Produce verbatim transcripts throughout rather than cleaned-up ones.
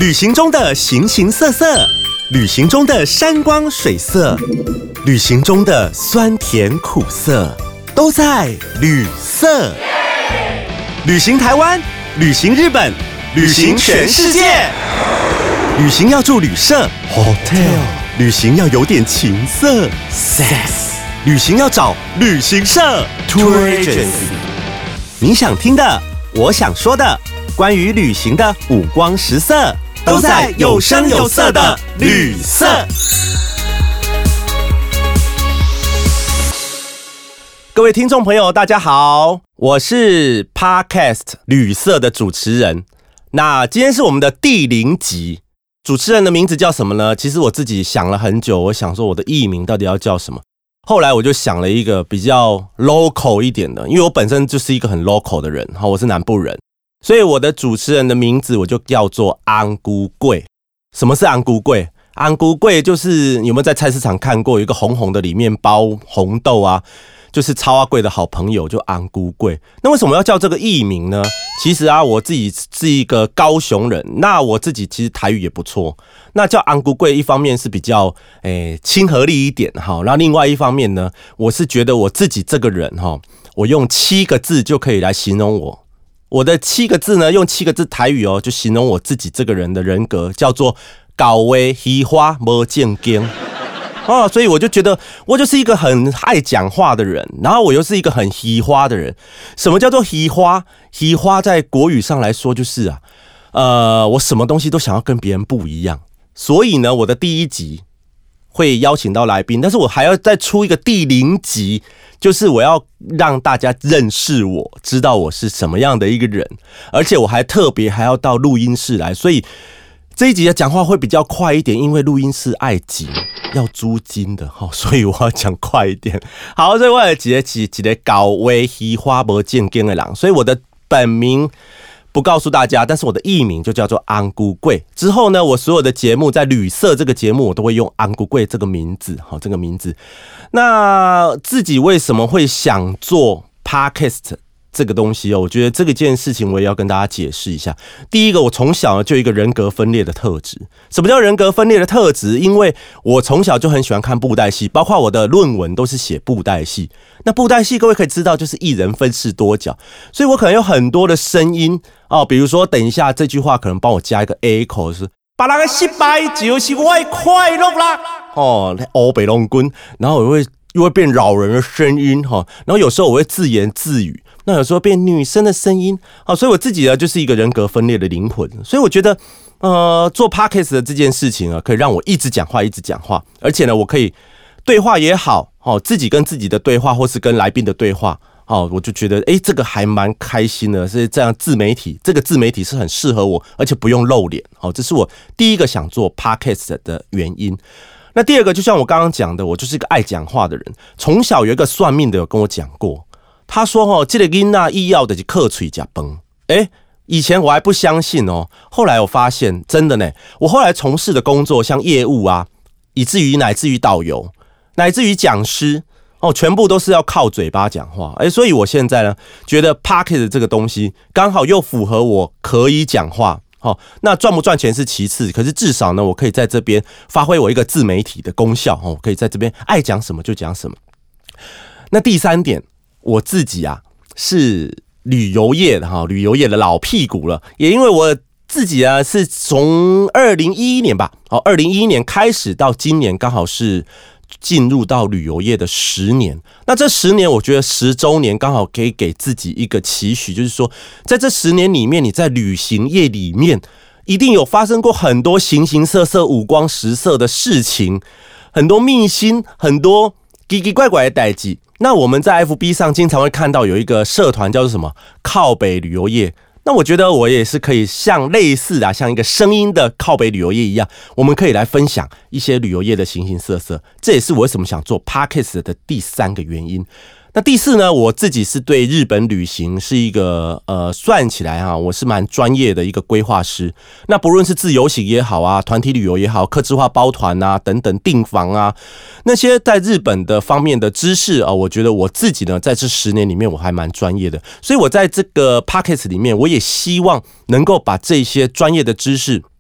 旅行中的形形色色，旅行中的山光水色，旅行中的酸甜苦涩，都在旅色。旅行台湾，旅行日本，旅行全世界。旅行要住旅社 Hotel， 旅行要有点情色 Sex， 旅行要找旅行社 Tour Agency。你想听的，我想说的，关于旅行的五光十色，都在有声有色的旅色。各位听众朋友，大家好，我是 Podcast 旅色的主持人。那今天是我们的第零集，主持人的名字叫什么呢？其实我自己想了很久，我想说我的艺名到底要叫什么。后来我就想了一个比较 local 一点的，因为我本身就是一个很 local 的人，我是南部人，所以我的主持人的名字我就叫做安菇粿。什么是安菇粿？安菇粿就是你有没有在菜市场看过有一个红红的，里面包红豆啊，就是超阿贵的好朋友，就安菇粿。那为什么要叫这个艺名呢？其实啊，我自己是一个高雄人，那我自己其实台语也不错。那叫安菇粿，一方面是比较诶亲和力一点哈，然后另外一方面呢，我是觉得我自己这个人哈，我用七个字就可以来形容我。我的七个字呢，用七个字台语哦，就形容我自己这个人的人格，叫做搞话虚花没正经。哦，所以我就觉得我就是一个很爱讲话的人，然后我又是一个很虚花的人。什么叫做虚花？虚花在国语上来说就是啊，呃，我什么东西都想要跟别人不一样。所以呢，我的第一集会邀请到来宾，但是我还要再出一个第零集，就是我要让大家认识我，知道我是什么样的一个人，而且我还特别还要到录音室来，所以这一集的讲话会比较快一点，因为录音室爱紧，要租金的，所以我要讲快一点。好，所以我有几个几几个搞话虚花没正经的人，所以我的本名不告诉大家，但是我的艺名就叫做安菇粿。之后呢，我所有的节目在旅色这个节目，我都会用安菇粿这个名字，好，这个名字。那自己为什么会想做 Podcast 这个东西哦？我觉得这个件事情我也要跟大家解释一下。第一个，我从小就有一个人格分裂的特质。什么叫人格分裂的特质？因为我从小就很喜欢看布袋戏，包括我的论文都是写布袋戏。那布袋戏各位可以知道，就是一人分饰多角，所以我可能有很多的声音哦，比如说等一下这句话可能帮我加一个 echo， 是把那个失败就是我的快乐啦哦，欧北龙棍，然后我会又会变老人的声音哈，然后有时候我会自言自语，那有时候变女生的声音，好，所以我自己呢就是一个人格分裂的灵魂，所以我觉得呃做 podcast 的这件事情啊，可以让我一直讲话，一直讲话，而且呢，我可以对话也好，哦，自己跟自己的对话，或是跟来宾的对话，哦，我就觉得哎，这个还蛮开心的，是这样自媒体，这个自媒体是很适合我，而且不用露脸，哦，这是我第一个想做 podcast 的原因。那第二个，就像我刚刚讲的，我就是一个爱讲话的人。从小有一个算命的有跟我讲过，他说：“哦，这个囡仔医药的是靠嘴吃饭。”哎，以前我还不相信哦，后来我发现真的呢。我后来从事的工作，像业务啊，以至于乃至于导游，乃至于讲师哦，全部都是要靠嘴巴讲话。哎，所以我现在呢，觉得 Podcast 这个东西刚好又符合我可以讲话。好，那赚不赚钱是其次，可是至少呢，我可以在这边发挥我一个自媒体的功效，我可以在这边爱讲什么就讲什么。那第三点，我自己啊是旅游业的哈，旅游业的老屁股了，也因为我自己啊是从二零一一年吧，哦，二零一一年开始到今年刚好是进入到旅游业的十年，那这十年我觉得十周年刚好可以给自己一个期许，就是说在这十年里面，你在旅行业里面一定有发生过很多形形色色五光十色的事情，很多秘辛，很多奇奇怪怪的代志。那我们在 F B 上经常会看到有一个社团叫做什么靠北旅游业，那我觉得我也是可以像类似的、啊、像一个声音的靠北旅游业一样，我们可以来分享一些旅游业的形形色色，这也是我为什么想做 Podcast 的第三个原因。那第四呢，我自己是对日本旅行是一个呃，算起来哈，我是蛮专业的一个规划师。那不论是自由行也好啊，团体旅游也好，客制化包团啊等等订房啊，那些在日本的方面的知识啊，我觉得我自己呢在这十年里面我还蛮专业的，所以我在这个 Podcast 里面，我也希望能够把这些专业的知识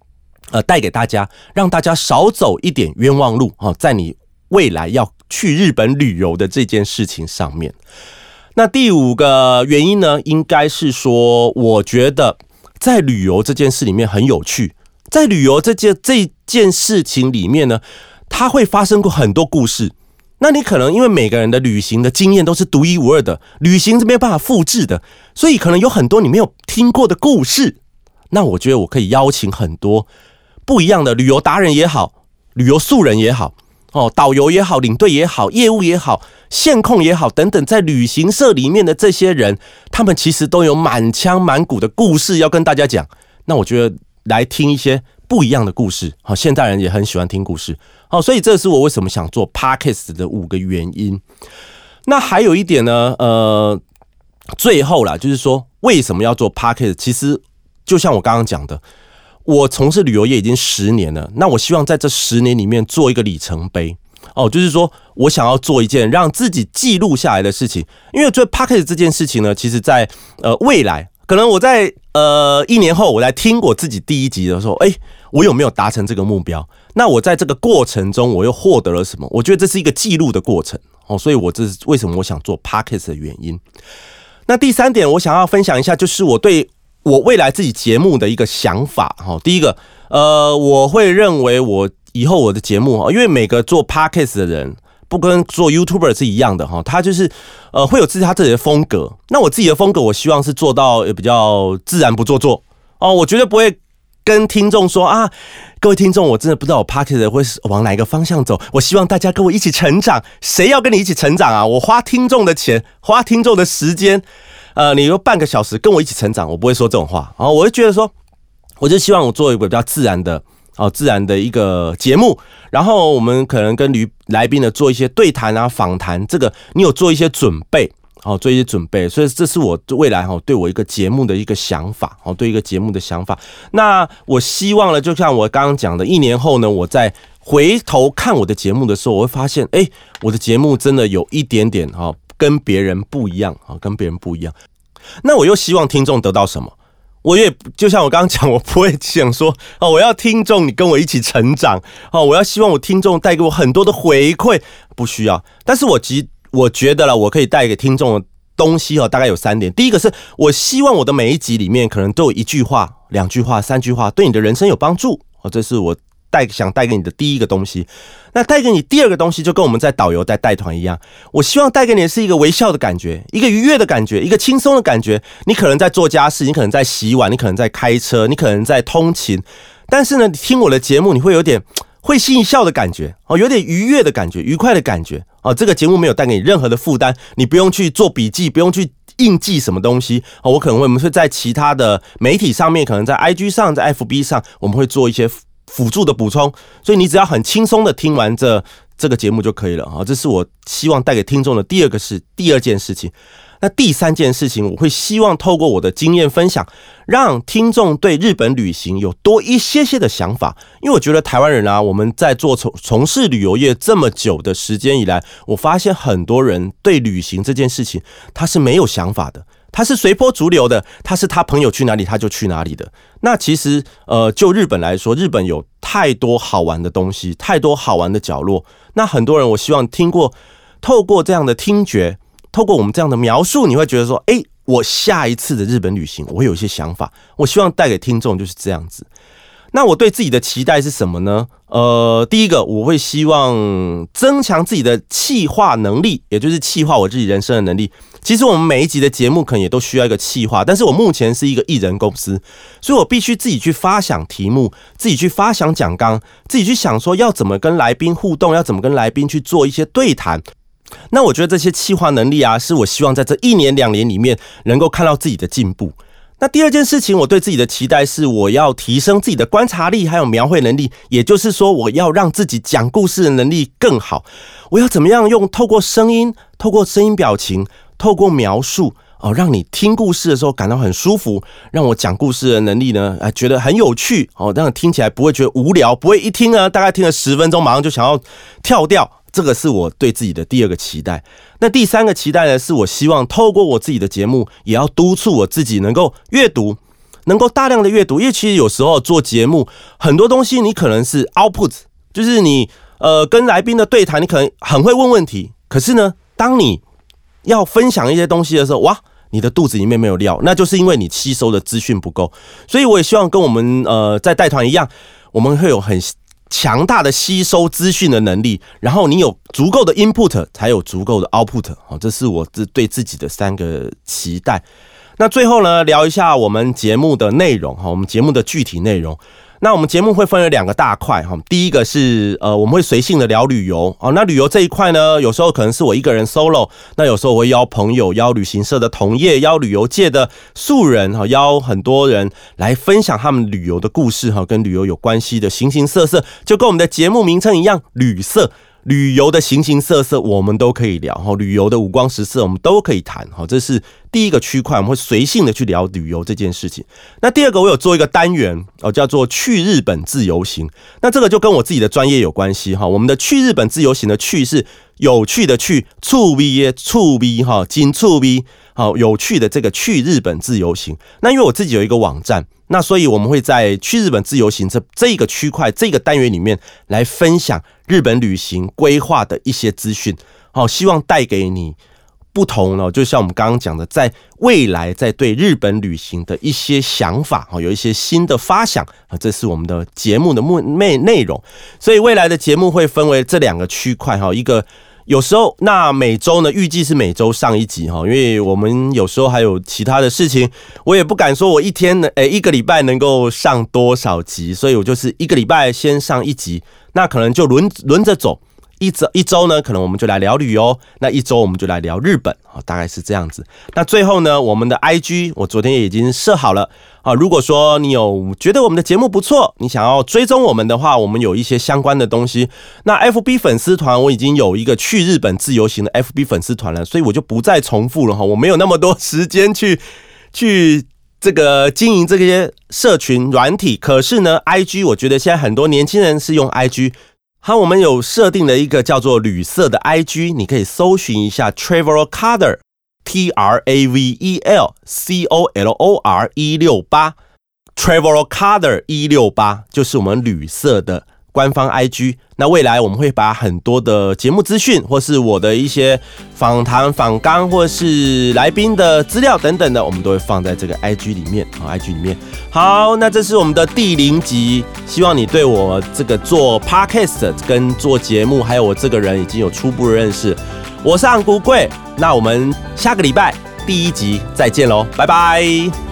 呃，带给大家，让大家少走一点冤枉路哦，在你未来要去日本旅游的这件事情上面。那第五个原因呢，应该是说，我觉得在旅游这件事里面很有趣，在旅游这件这件事情里面呢，它会发生过很多故事。那你可能因为每个人的旅行的经验都是独一无二的，旅行是没有办法复制的，所以可能有很多你没有听过的故事。那我觉得我可以邀请很多不一样的旅游达人也好，旅游素人也好，哦，导游也好，领队也好，业务也好，线控也好，等等，在旅行社里面的这些人，他们其实都有满腔满谷的故事要跟大家讲。那我觉得来听一些不一样的故事，好，现代人也很喜欢听故事，好，所以这是我为什么想做 Podcast 的五个原因。那还有一点呢，呃，最后啦，就是说为什么要做 Podcast？ 其实就像我刚刚讲的。我从事旅游业已经十年了，那我希望在这十年里面做一个里程碑哦，就是说我想要做一件让自己记录下来的事情。因为做 Podcast 这件事情呢，其实在呃未来，可能我在呃一年后我来听我自己第一集的时候，哎，我有没有达成这个目标？那我在这个过程中我又获得了什么？我觉得这是一个记录的过程哦，所以我这是为什么我想做 Podcast 的原因。那第三点，我想要分享一下，就是我对我未来自己节目的一个想法。第一个，呃，我会认为我以后我的节目，因为每个做 Podcast 的人不跟做 YouTuber 是一样的，他就是呃会有自己他自己的风格。那我自己的风格，我希望是做到比较自然不做作哦，我绝对不会跟听众说啊，各位听众，我真的不知道我 Podcast 会往哪一个方向走，我希望大家跟我一起成长。谁要跟你一起成长啊？我花听众的钱，花听众的时间。呃，你有半个小时跟我一起成长，我不会说这种话。然后我会觉得说，我就希望我做一个比较自然的、哦自然的一个节目。然后我们可能跟来宾呢做一些对谈啊、访谈，这个你有做一些准备，哦，做一些准备。所以这是我未来哈对我一个节目的一个想法，哦，对一个节目的想法。那我希望呢，就像我刚刚讲的，一年后呢，我在回头看我的节目的时候，我会发现，哎，我的节目真的有一点点哈。跟别人不一样，跟别人不一样。那我又希望听众得到什么？我也就像我刚刚讲，我不会想说哦，我要听众你跟我一起成长哦，我要希望我听众带给我很多的回馈，不需要。但是我其我觉得了，我可以带给听众的东西哦，大概有三点。第一个是我希望我的每一集里面可能都有一句话、两句话、三句话，对你的人生有帮助哦，这是我带想带给你的第一个东西。那带给你第二个东西，就跟我们在导游在带团一样，我希望带给你的是一个微笑的感觉，一个愉悦的感觉，一个轻松的感觉。你可能在做家事，你可能在洗碗，你可能在开车，你可能在通勤，但是呢，你听我的节目，你会有点会心一笑的感觉哦，有点愉悦的感觉，愉快的感觉哦。这个节目没有带给你任何的负担，你不用去做笔记，不用去印记什么东西哦。我可能会我们会在其他的媒体上面，可能在 I G 上，在 F B 上，我们会做一些辅助的补充，所以你只要很轻松的听完这这个节目就可以了啊！这是我希望带给听众的第二个事，第二件事情。那第三件事情，我会希望透过我的经验分享，让听众对日本旅行有多一些些的想法。因为我觉得台湾人啊，我们在做从从事旅游业这么久的时间以来，我发现很多人对旅行这件事情他是没有想法的。他是随波逐流的，他是他朋友去哪里他就去哪里的。那其实呃，就日本来说，日本有太多好玩的东西，太多好玩的角落。那很多人我希望听过，透过这样的听觉，透过我们这样的描述，你会觉得说，哎，我下一次的日本旅行我会有一些想法。我希望带给听众就是这样子。那我对自己的期待是什么呢？呃，第一个，我会希望增强自己的企划能力，也就是企划我自己人生的能力。其实我们每一集的节目可能也都需要一个企划，但是我目前是一个艺人公司，所以我必须自己去发想题目，自己去发想讲纲，自己去想说要怎么跟来宾互动，要怎么跟来宾去做一些对谈。那我觉得这些企划能力啊，是我希望在这一年两年里面能够看到自己的进步。那第二件事情，我对自己的期待是我要提升自己的观察力还有描绘能力，也就是说我要让自己讲故事的能力更好。我要怎么样用透过声音，透过声音表情，透过描述哦，让你听故事的时候感到很舒服，让我讲故事的能力呢，觉得很有趣哦，让你听起来不会觉得无聊，不会一听呢大概听了十分钟马上就想要跳掉。这个是我对自己的第二个期待。那第三个期待呢，是我希望透过我自己的节目，也要督促我自己能够阅读， 能够大量的阅读，因为其实有时候做节目很多东西你可能是 output， 就是你呃跟来宾的对谈，你可能很会问问题，可是呢，当你要分享一些东西的时候，哇，你的肚子里面没有料，那就是因为你吸收的资讯不够。所以我也希望跟我们呃在带团一样，我们会有很强大的吸收资讯的能力，然后你有足够的 input， 才有足够的 output。这是我对自己的三个期待。那最后呢，聊一下我们节目的内容，我们节目的具体内容。那我们节目会分为两个大块，第一个是呃我们会随性的聊旅游，那旅游这一块呢，有时候可能是我一个人 solo， 那有时候我会邀朋友、邀旅行社的同业、邀旅游界的素人，邀很多人来分享他们旅游的故事，跟旅游有关系的形形色色，就跟我们的节目名称一样，旅色。旅游的形形色色我们都可以聊，旅游的五光十色我们都可以谈，这是第一个区块，我们会随性的去聊旅游这件事情。那第二个我有做一个单元，叫做去日本自由行，那这个就跟我自己的专业有关系。我们的去日本自由行的去是有趣的去，趣味的趣味，真趣味，有趣的这个去日本自由行。那因为我自己有一个网站，那所以我们会在去日本自由行这这一个区块这个单元里面来分享日本旅行规划的一些资讯，好，希望带给你不同了，就像我们刚刚讲的，在未来在对日本旅行的一些想法，有一些新的发想，这是我们的节目的内容。所以未来的节目会分为这两个区块，一个有时候那每周呢，预计是每周上一集，因为我们有时候还有其他的事情，我也不敢说我一天呢，欸、一个礼拜能够上多少集，所以我就是一个礼拜先上一集，那可能就轮轮着走。一周一周呢，可能我们就来聊旅游，那一周我们就来聊日本，大概是这样子。那最后呢，我们的 I G 我昨天也已经设好了，如果说你有觉得我们的节目不错，你想要追踪我们的话，我们有一些相关的东西。那 F B 粉丝团我已经有一个去日本自由行的 F B 粉丝团了，所以我就不再重复了，我没有那么多时间去去这个经营这些社群软体。可是呢 I G 我觉得现在很多年轻人是用 I G，好，我们有设定了一个叫做旅色的 I G， 你可以搜寻一下 Travel Color T R A V E L C O L O R 一六八 Travel Color 一六八就是我们旅色的官方 I G。 那未来我们会把很多的节目资讯或是我的一些访谈访纲或是来宾的资料等等的，我们都会放在这个 I G 里面 I G 里面。好，那这是我们的第零集，希望你对我这个做 Podcast 跟做节目还有我这个人已经有初步的认识。我是安菇贵，那我们下个礼拜第一集再见咯，拜拜。